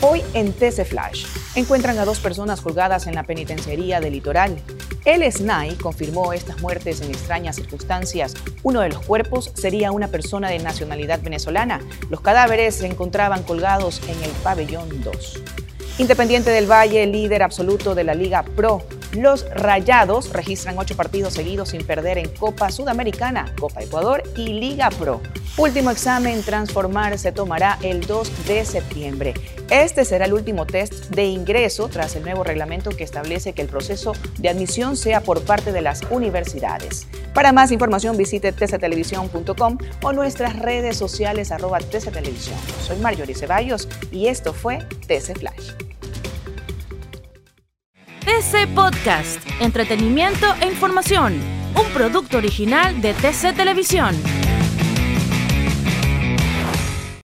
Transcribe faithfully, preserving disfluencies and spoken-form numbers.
Hoy en T C Flash, encuentran a dos personas colgadas en la penitenciaría del Litoral. El S N A I confirmó estas muertes en extrañas circunstancias. Uno de los cuerpos sería una persona de nacionalidad venezolana. Los cadáveres se encontraban colgados en el pabellón dos. Independiente del Valle, líder absoluto de la Liga Pro. Los Rayados registran ocho partidos seguidos sin perder en Copa Sudamericana, Copa Ecuador y Liga Pro. Último examen Transformar se tomará el dos de septiembre. Este será el último test de ingreso tras el nuevo reglamento que establece que el proceso de admisión sea por parte de las universidades. Para más información visite t c televisión punto com o nuestras redes sociales arroba T C Televisión. Soy Marjorie Ceballos y esto fue T C Flash. T C Podcast, entretenimiento e información, un producto original de T C Televisión.